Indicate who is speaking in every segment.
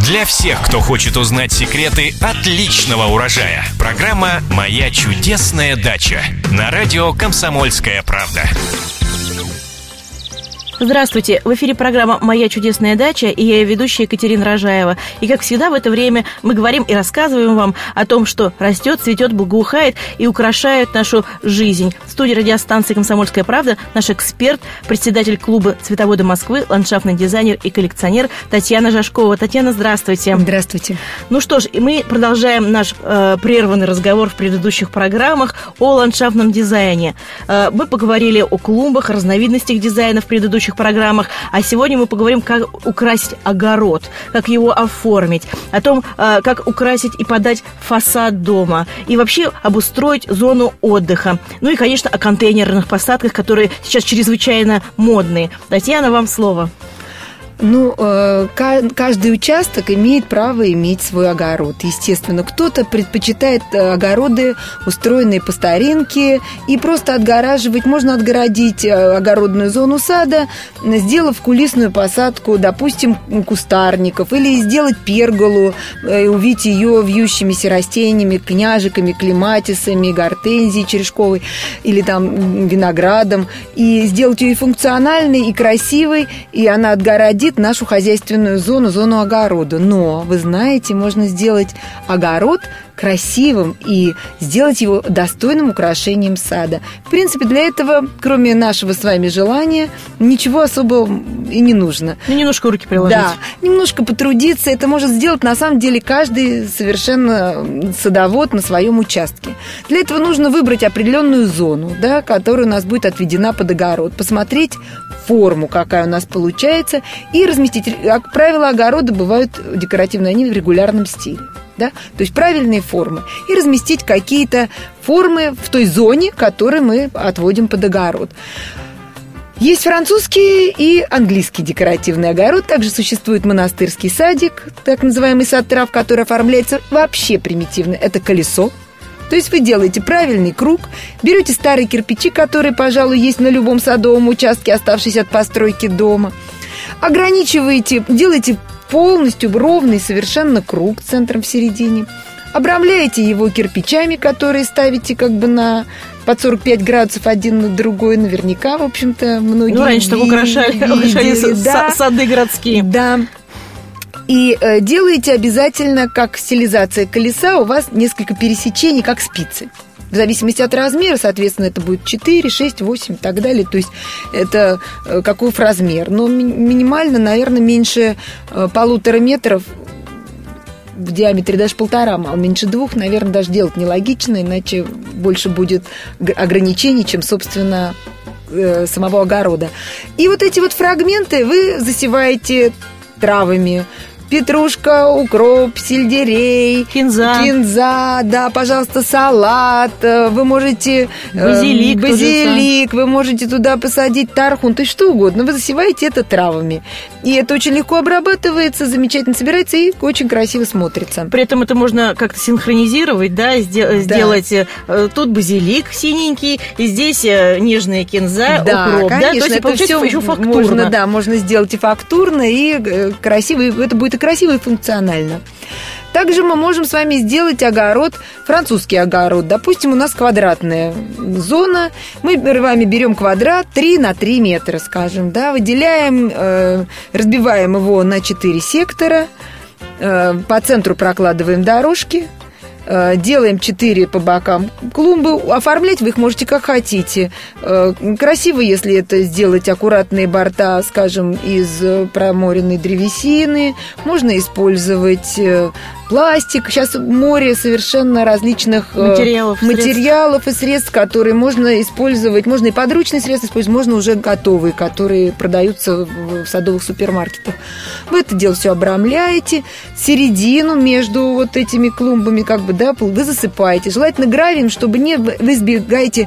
Speaker 1: Для всех, кто хочет узнать секреты отличного урожая. Программа «Моя чудесная дача» на радио «Комсомольская правда».
Speaker 2: Здравствуйте, в эфире программа «Моя чудесная дача», и я ее ведущая Екатерина Рожаева. И, как всегда, в это время мы говорим и рассказываем вам о том, что растет, цветет, благоухает и украшает нашу жизнь. В студии радиостанции «Комсомольская правда» наш эксперт, председатель клуба «Цветоводы Москвы», ландшафтный дизайнер и коллекционер Татьяна Жашкова. Татьяна, здравствуйте.
Speaker 3: Здравствуйте.
Speaker 2: Ну что ж, и мы продолжаем наш прерванный разговор в предыдущих программах о ландшафтном дизайне. Мы поговорили о клумбах, разновидностях дизайна в предыдущих программах, а сегодня мы поговорим, как украсить огород, как его оформить, о том, как украсить и подать фасад дома, и вообще обустроить зону отдыха. Ну и, конечно, о контейнерных посадках, которые сейчас чрезвычайно модные. Татьяна, вам слово.
Speaker 3: Ну, каждый участок имеет право иметь свой огород. Естественно, кто-то предпочитает огороды, устроенные по старинке, и просто отгораживать. Можно отгородить огородную зону сада, сделав кулисную посадку, допустим, кустарников, или сделать перголу, увидеть ее вьющимися растениями, княжиками, клематисами, гортензией черешковой или там виноградом, и сделать ее и функциональной, и красивой, и она отгородит нашу хозяйственную зону огорода. Но, вы знаете, можно сделать огород красивым и сделать его достойным украшением сада. В принципе, для этого, кроме нашего с вами желания, ничего особого и не нужно.
Speaker 2: Ну, немножко руки приложить.
Speaker 3: Да, немножко потрудиться. Это может сделать, на самом деле, каждый совершенно садовод на своем участке. Для этого нужно выбрать определенную зону, да, которая у нас будет отведена под огород, посмотреть форму, какая у нас получается, и разместить. Как правило, огороды бывают декоративные, они в регулярном стиле. Да? То есть правильные формы. И разместить какие-то формы в той зоне, которую мы отводим под огород. Есть французский и английский декоративный огород. Также существует монастырский садик, так называемый сад трав, который оформляется вообще примитивно. Это колесо. То есть вы делаете правильный круг, берете старые кирпичи, которые, пожалуй, есть на любом садовом участке, оставшиеся от постройки дома, ограничиваете, делаете полностью ровный совершенно круг с центром в середине, обрамляете его кирпичами, которые ставите как бы под 45 градусов один на другой, наверняка, в общем-то, многие... Ну,
Speaker 2: раньше так украшали
Speaker 3: да,
Speaker 2: сады городские.
Speaker 3: Да. И делаете обязательно, как стилизация колеса, у вас несколько пересечений, как спицы. В зависимости от размера, соответственно, это будет 4, 6, 8 и так далее. То есть это каков размер. Но минимально, наверное, меньше 1,5 метра в диаметре, даже 1,5 мало. Меньше 2, наверное, даже делать нелогично, иначе больше будет ограничений, чем, собственно, самого огорода. И вот эти вот фрагменты вы засеваете травами. Петрушка, укроп, сельдерей, кинза, да, пожалуйста, салат. Вы можете базилик, вы можете туда посадить тархун, то есть что угодно. Вы засеваете это травами. И это очень легко обрабатывается, замечательно собирается и очень красиво смотрится.
Speaker 2: При этом это можно как-то синхронизировать, да, сделать тут базилик синенький, и здесь нежная кинза, укроп,
Speaker 3: конечно,
Speaker 2: да, то есть получается еще фактурно.
Speaker 3: Можно сделать и фактурно, и красиво, и это будет и красиво, и функционально. Также мы можем с вами сделать огород, французский огород. Допустим, у нас квадратная зона. Мы с вами берем квадрат 3 на 3 метра, скажем, да, выделяем, разбиваем его на 4 сектора, по центру прокладываем дорожки, делаем 4 по бокам клумбы. Оформлять вы их можете как хотите. Красиво, если это сделать аккуратные борта, скажем, из проморенной древесины. Можно использовать пластик. Сейчас море совершенно различных материалов и средств, которые можно использовать. Можно и подручные средства использовать, можно уже готовые, которые продаются в садовых супермаркетах. Вы это дело все обрамляете. Середину между вот этими клумбами, как бы, да, вы засыпаете. Желательно гравием, чтобы вы избегаете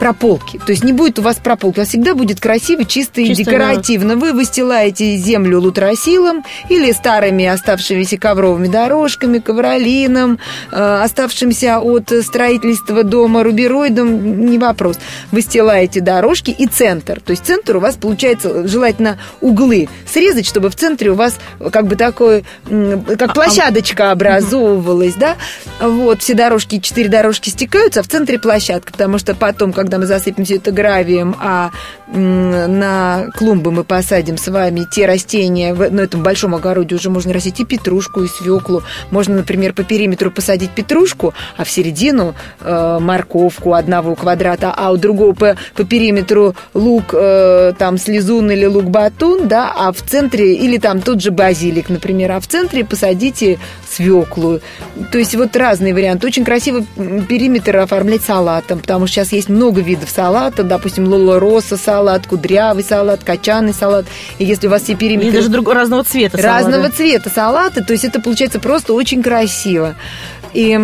Speaker 3: прополки. То есть не будет у вас прополки, у вас всегда будет красиво, чисто и декоративно. Вы выстилаете землю лутросилом или старыми оставшимися ковровыми дорожками, ковролином, оставшимся от строительства дома рубероидом, не вопрос. Выстилаете дорожки и центр. То есть центр у вас получается, желательно углы срезать, чтобы в центре у вас как бы такой, как площадочка образовывалась, да? Вот, все дорожки, 4 дорожки стекаются, а в центре площадка, потому что потом, когда мы засыпем все это гравием, а на клумбы мы посадим с вами те растения, на этом большом огороде уже можно растить и петрушку, и свеклу. Можно, например, по периметру посадить петрушку, а в середину морковку 1 квадрата, а у другого по периметру лук там слезун или лук-батун, да, а в центре, или там тот же базилик, например, а в центре посадите свеклу. То есть вот разные варианты. Очень красиво периметр оформлять салатом, потому что сейчас есть много видов салата, допустим, лола-роса салат, кудрявый салат, качанный салат. И если у вас все периметры...
Speaker 2: И даже разного цвета салаты.
Speaker 3: Разного цвета салаты, то есть это получается просто очень красиво. И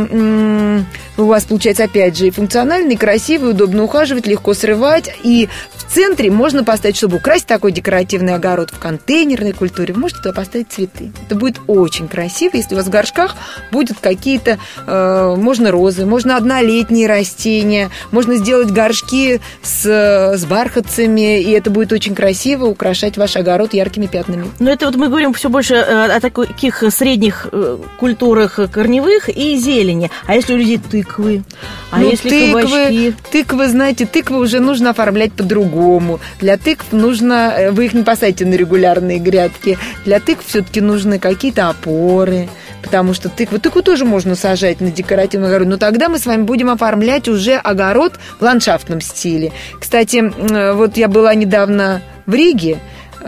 Speaker 3: у вас получается, опять же, и функциональный, и красивый, удобно ухаживать, легко срывать. И в центре можно поставить, чтобы украсить такой декоративный огород в контейнерной культуре, вы можете туда поставить цветы. Это будет очень красиво, если у вас в горшках будут какие-то, можно розы, можно однолетние растения, можно сделать горшки с бархатцами, и это будет очень красиво украшать ваш огород яркими пятнами.
Speaker 2: Но это вот мы говорим все больше о таких средних культурах корневых и зелени. А если у людей тыквы? А если кабачки?
Speaker 3: Тыквы, знаете, тыквы уже нужно оформлять по-другому. Для тыкв нужно... Вы их не посадите на регулярные грядки. Для тыкв все-таки нужны какие-то опоры. Потому что тыкву тоже можно сажать на декоративный огород. Но тогда мы с вами будем оформлять уже огород в ландшафтном стиле. Кстати, вот я была недавно в Риге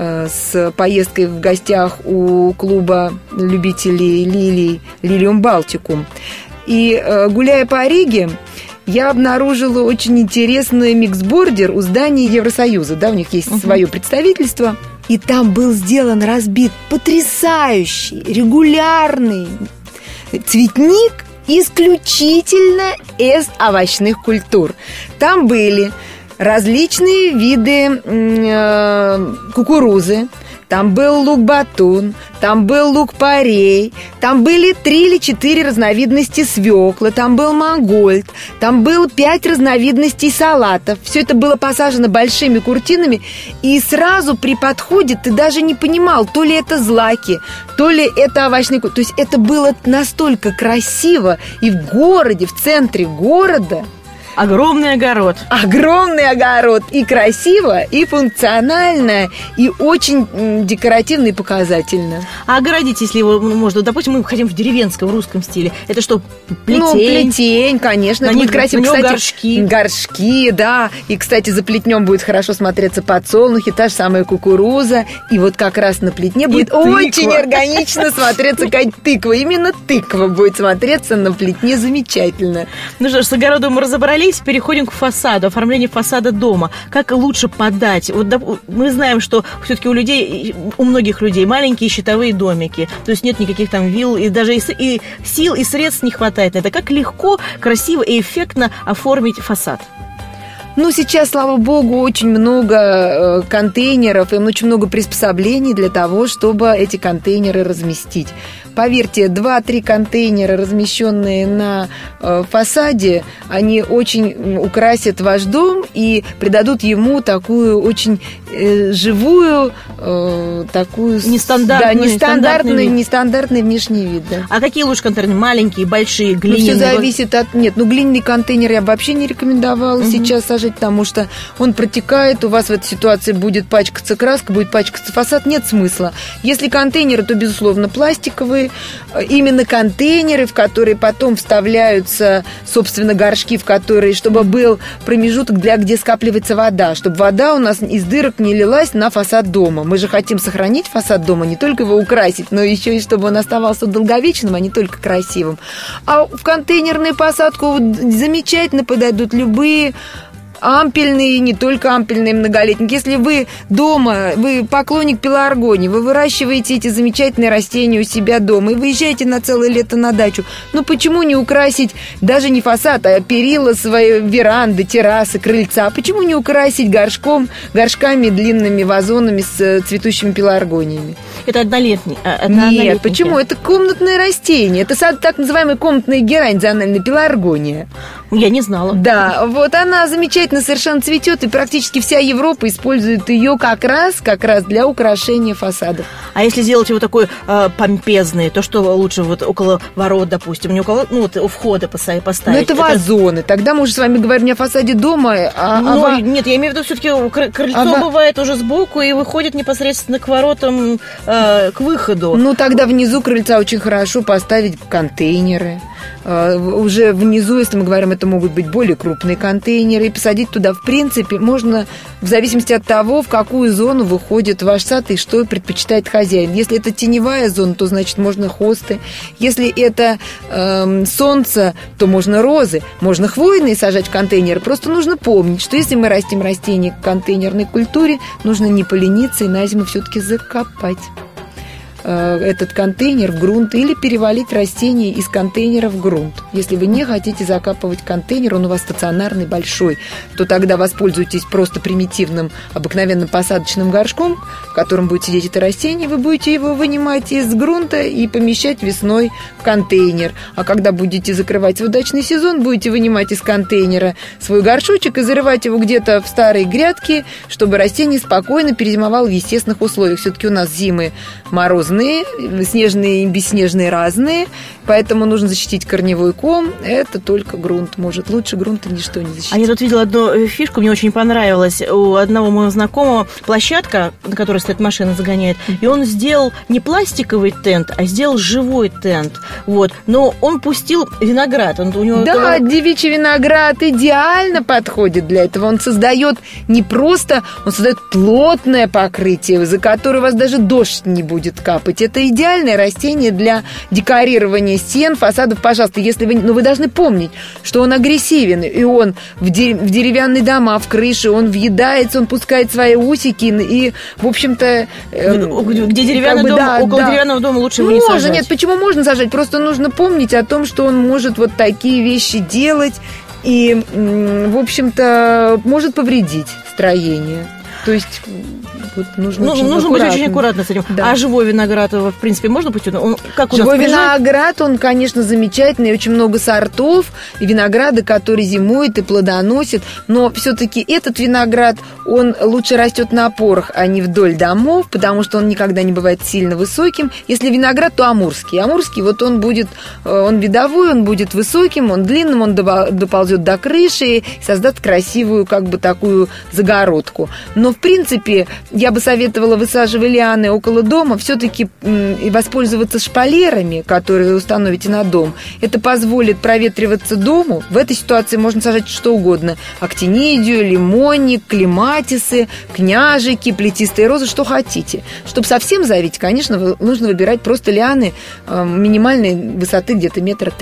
Speaker 3: с поездкой в гостях у клуба любителей лилий «Лилиум Балтикум». И гуляя по Риге, я обнаружила очень интересный миксбордер у здания Евросоюза. Да, у них есть свое представительство. И там был сделан, разбит потрясающий, регулярный цветник исключительно из овощных культур. Там были различные виды кукурузы, там был лук-батун, там был лук-порей, там были 3 или 4 разновидности свеклы, там был мангольд, там было 5 разновидностей салатов. Все это было посажено большими куртинами, и сразу при подходе ты даже не понимал, то ли это злаки, то ли это овощные культуры. То есть это было настолько красиво, и в городе, в центре города...
Speaker 2: Огромный огород.
Speaker 3: Огромный огород. И красиво, и функционально, и очень декоративно и показательно.
Speaker 2: А огородить, если его можно, допустим, мы хотим в деревенском, в русском стиле. Это что, плетень?
Speaker 3: Ну, плетень, конечно.
Speaker 2: На
Speaker 3: это будет красиво.
Speaker 2: Кстати,
Speaker 3: горшки. Горшки, да. И, кстати, за плетнем будет хорошо смотреться подсолнухи, та же самая кукуруза. И вот как раз на плетне будет очень органично смотреться тыква. Именно тыква будет смотреться на плетне замечательно.
Speaker 2: Ну что ж, с огородом мы разобрались. Переходим к фасаду, оформлению фасада дома. Как лучше подать? Вот мы знаем, что все-таки у многих людей маленькие щитовые домики, то есть нет никаких там вилл, и даже и сил, и средств не хватает на это. Как легко, красиво и эффектно оформить фасад?
Speaker 3: Ну, сейчас, слава богу, очень много контейнеров и очень много приспособлений для того, чтобы эти контейнеры разместить. Поверьте, 2-3 контейнера, размещенные на фасаде, они очень украсят ваш дом и придадут ему такую очень живую, такую... Нестандартный внешний вид. Да.
Speaker 2: А какие лучше контейнеры? Маленькие, большие, глиняные?
Speaker 3: Все зависит от... Нет, глиняный контейнер я бы вообще не рекомендовала сейчас сажать, потому что он протекает, у вас в этой ситуации будет пачкаться краска, будет пачкаться фасад, нет смысла. Если контейнеры, то, безусловно, пластиковые, именно контейнеры, в которые потом вставляются, собственно, горшки, в которые, чтобы был промежуток, где скапливается вода, чтобы вода у нас из дырок не лилась на фасад дома. Мы же хотим сохранить фасад дома, не только его украсить, но еще и чтобы он оставался долговечным, а не только красивым. А в контейнерную посадку замечательно подойдут любые ампельные, не только ампельные многолетники. Если вы дома, вы поклонник пеларгонии, вы выращиваете эти замечательные растения у себя дома и выезжаете на целое лето на дачу, ну почему не украсить даже не фасад, а перила своей веранды, террасы, крыльца? Почему не украсить горшками, длинными вазонами с цветущими пеларгониями?
Speaker 2: Это однолетний.
Speaker 3: Нет, почему? Это комнатное растение. Это так называемая комнатная герань, зональная пеларгония.
Speaker 2: Я не знала.
Speaker 3: Да, вот она замечательно совершенно цветет, и практически вся Европа использует ее как раз для украшения фасадов.
Speaker 2: А если сделать его такой помпезный, то что лучше вот около ворот, допустим, не около, ну вот у входа поставить?
Speaker 3: Ну это вазоны. Тогда мы уже с вами говорим не о фасаде дома,
Speaker 2: Нет, я имею в виду все-таки крыльцо бывает уже сбоку и выходит непосредственно к воротам, к выходу.
Speaker 3: Ну тогда внизу крыльца очень хорошо поставить контейнеры. Уже внизу, если мы говорим, это могут быть более крупные контейнеры, и посадить туда, в принципе, можно в зависимости от того, в какую зону выходит ваш сад и что предпочитает хозяин. Если это теневая зона, то, значит, можно хосты. Если это солнце, то можно розы, можно хвойные сажать в контейнеры. Просто нужно помнить, что если мы растим растения к контейнерной культуре, нужно не полениться и на зиму все-таки закопать этот контейнер в грунт или перевалить растение из контейнера в грунт. Если вы не хотите закапывать контейнер, он у вас стационарный, большой, то тогда воспользуйтесь просто примитивным, обыкновенным посадочным горшком, в котором будет сидеть это растение, вы будете его вынимать из грунта и помещать весной в контейнер. А когда будете закрывать свой дачный сезон, будете вынимать из контейнера свой горшочек и зарывать его где-то в старые грядки, чтобы растение спокойно перезимовало в естественных условиях. Все-таки у нас зимы морозные, снежные и бесснежные разные, поэтому нужно защитить корневой ком. Это только грунт может. Лучше грунта ничто не защитить.
Speaker 2: А я тут видела одну фишку, мне очень понравилась. У одного моего знакомого площадка, на которой стоит машина, загоняет, и он сделал не пластиковый тент, а сделал живой тент. Вот. Но он пустил виноград.
Speaker 3: Девичий виноград идеально подходит для этого. Он создает не просто, он создает плотное покрытие, за которое у вас даже дождь не будет капать. Это идеальное растение для декорирования стен, фасадов. Пожалуйста, если вы должны помнить, что он агрессивен, и он в деревянные дома, в крыши, он въедается, он пускает свои усики, и, в общем-то...
Speaker 2: Где деревянный дом, около деревянного дома лучше его не сажать.
Speaker 3: Нет, почему можно сажать? Просто нужно помнить о том, что он может вот такие вещи делать и, в общем-то, может повредить строение. То есть... Вот нужно
Speaker 2: быть очень аккуратно с этим. Да. А живой виноград, в принципе, можно быть?
Speaker 3: Живой виноград, он, конечно, замечательный, очень много сортов и винограда, который зимует и плодоносит, но все-таки этот виноград, он лучше растет на опорах, а не вдоль домов, потому что он никогда не бывает сильно высоким. Если виноград, то амурский. Амурский, вот он видовой, он будет высоким, он длинным, он доползет до крыши и создаст красивую, как бы такую загородку. Но, в принципе, я бы советовала, высаживая лианы около дома, все-таки воспользоваться шпалерами, которые установите на дом. Это позволит проветриваться дому. В этой ситуации можно сажать что угодно. Актинидию, лимонник, клематисы, княжики, плетистые розы, что хотите. Чтобы совсем завить, конечно, нужно выбирать просто лианы минимальной высоты где-то 3 метра.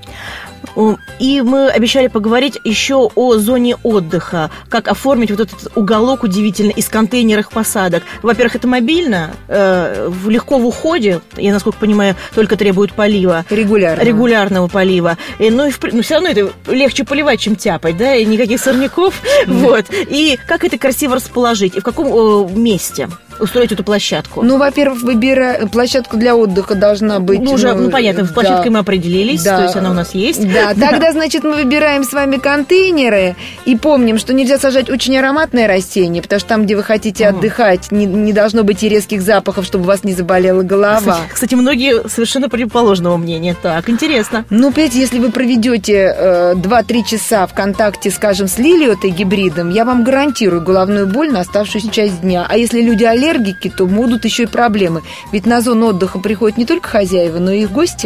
Speaker 2: И мы обещали поговорить еще о зоне отдыха. Как оформить вот этот уголок удивительно из контейнерных посадок. Во-первых, это мобильно, легко в уходе. Я, насколько понимаю, только требует полива. Регулярного полива. Но все равно это легче поливать, чем тяпать, да? И никаких сорняков. Вот. И как это красиво расположить? И в каком месте устроить эту площадку?
Speaker 3: Ну, во-первых, площадку для отдыха должна быть...
Speaker 2: понятно, с площадкой мы определились, то есть она у нас есть.
Speaker 3: Да, тогда, значит, мы выбираем с вами контейнеры и помним, что нельзя сажать очень ароматные растения, потому что там, где вы хотите отдыхать, не должно быть и резких запахов, чтобы у вас не заболела голова.
Speaker 2: Кстати, многие совершенно противоположного мнения. Так, интересно.
Speaker 3: Ну, понимаете, если вы проведете 2-3 часа в контакте, скажем, с лилиотой гибридом, я вам гарантирую головную боль на оставшуюся часть дня. А если люди аллергики, то будут еще и проблемы. Ведь на зону отдыха приходят не только хозяева, но и их гости.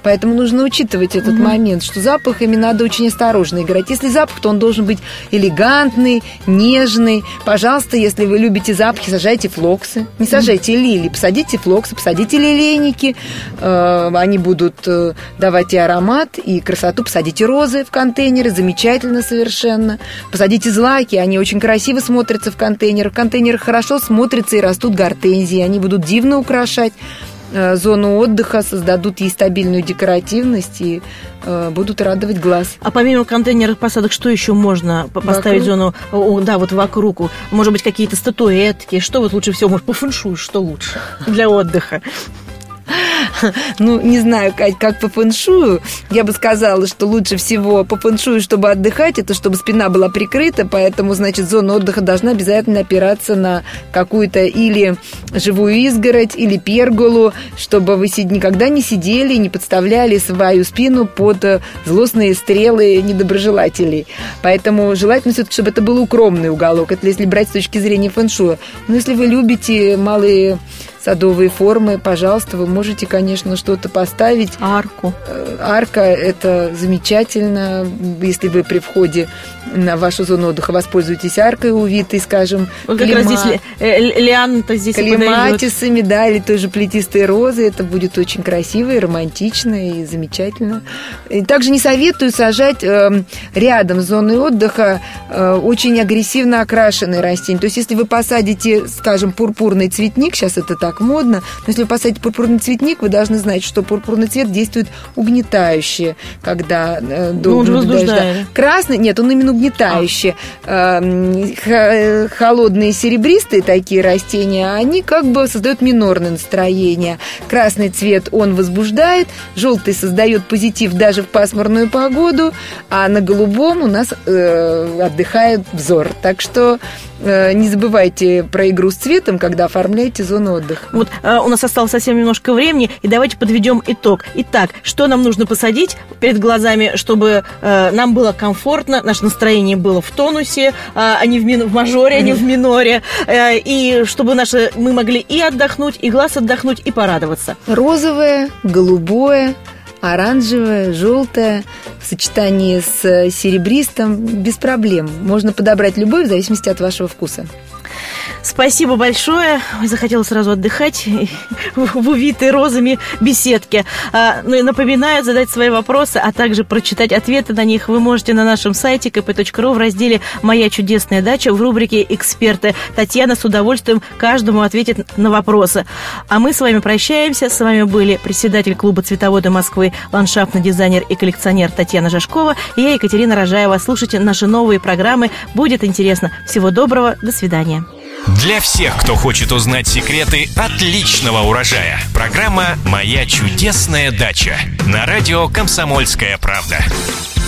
Speaker 3: Поэтому нужно учитывать этот момент, что запахами надо очень осторожно играть. Если запах, то он должен быть элегантный, нежный. Пожалуйста, если вы любите запахи, сажайте флоксы. Не сажайте лилии, посадите флоксы, посадите лилейники. Они будут давать и аромат, и красоту. Посадите розы в контейнеры, замечательно совершенно. Посадите злаки, они очень красиво смотрятся в контейнерах. В контейнерах хорошо смотрятся и растут гортензии. Они будут дивно украшать зону отдыха, создадут ей стабильную декоративность и будут радовать глаз.
Speaker 2: А помимо контейнерных посадок, что еще можно поставить зону, да, вот вокруг? Может быть, какие-то статуэтки? Что вот лучше всего? Может, по фэншую, что лучше для отдыха?
Speaker 3: Ну, не знаю, Кать, как по фэншую. Я бы сказала, что лучше всего по фэншую, чтобы отдыхать, это чтобы спина была прикрыта, поэтому, значит, зона отдыха должна обязательно опираться на какую-то или живую изгородь, или перголу, чтобы вы никогда не сидели, не подставляли свою спину под злостные стрелы недоброжелателей. Поэтому желательно все-таки, чтобы это был укромный уголок. Это если брать с точки зрения фэншуя. Но если вы любите малые садовые формы, пожалуйста, вы можете, конечно, что-то поставить.
Speaker 2: Арку.
Speaker 3: Арка – это замечательно. Если вы при входе на вашу зону отдыха воспользуетесь аркой увитой, скажем,
Speaker 2: вот как раз здесь лиан-то здесь
Speaker 3: клематисами, да, или той же плетистой розы. Это будет очень красиво и романтично, и замечательно. И также не советую сажать рядом с зоной отдыха очень агрессивно окрашенные растения. То есть, если вы посадите, скажем, пурпурный цветник, сейчас это так модно, но если вы посадите пурпурный цветник, вы должны знать, что пурпурный цвет действует угнетающе, когда долго
Speaker 2: возбуждает.
Speaker 3: Красный, нет, он именно угнетающе. Холодные серебристые такие растения, они как бы создают минорное настроение. Красный цвет, он возбуждает, желтый создает позитив даже в пасмурную погоду, а на голубом у нас отдыхает взор. Так что не забывайте про игру с цветом, когда оформляете зону отдыха.
Speaker 2: Вот у нас осталось совсем немножко времени, и давайте подведем итог. Итак, что нам нужно посадить перед глазами, чтобы нам было комфортно, наше настроение было в тонусе, а не в мажоре, а не в миноре, и чтобы мы могли и отдохнуть, и глаз отдохнуть, и порадоваться.
Speaker 3: Розовое, голубое, оранжевое, желтое в сочетании с серебристым без проблем. Можно подобрать любой в зависимости от вашего вкуса.
Speaker 2: Спасибо большое. Захотела сразу отдыхать в увитой розами беседке. Напоминаю, задать свои вопросы, а также прочитать ответы на них вы можете на нашем сайте kp.ru в разделе «Моя чудесная дача» в рубрике «Эксперты». Татьяна с удовольствием каждому ответит на вопросы. А мы с вами прощаемся. С вами были председатель клуба «Цветоводы Москвы», ландшафтный дизайнер и коллекционер Татьяна Жашкова и я, Екатерина Рожаева. Слушайте наши новые программы. Будет интересно. Всего доброго. До свидания.
Speaker 1: Для всех, кто хочет узнать секреты отличного урожая. Программа «Моя чудесная дача» на радио «Комсомольская правда».